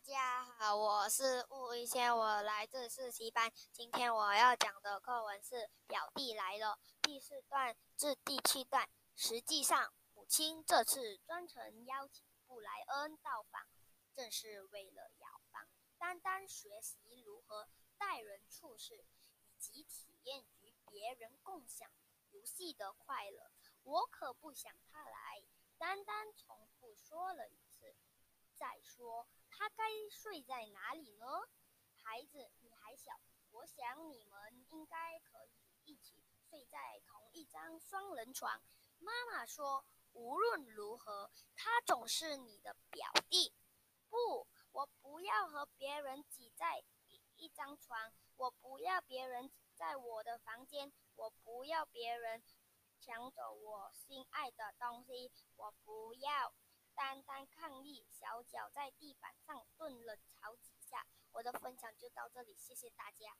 家好，我是吴一谦，我来自四期班。今天我要讲的课文是《表弟来了》第4段至第7段。实际上，母亲这次专程邀请布莱恩到访，正是为了要帮丹丹学习如何待人处事，以及体验与别人共享游戏的快乐。我可不想他来，丹丹重复说了一次。再说，他该睡在哪里呢？孩子，你还小，我想你们应该可以一起睡在同一张双人床。妈妈说，无论如何，他总是你的表弟。不，我不要和别人挤在一张床，我不要别人在我的房间，我不要别人抢走我心爱的东西，我不要。丹丹抗议，小脚在地板上顿了好几下。我的分享就到这里，谢谢大家。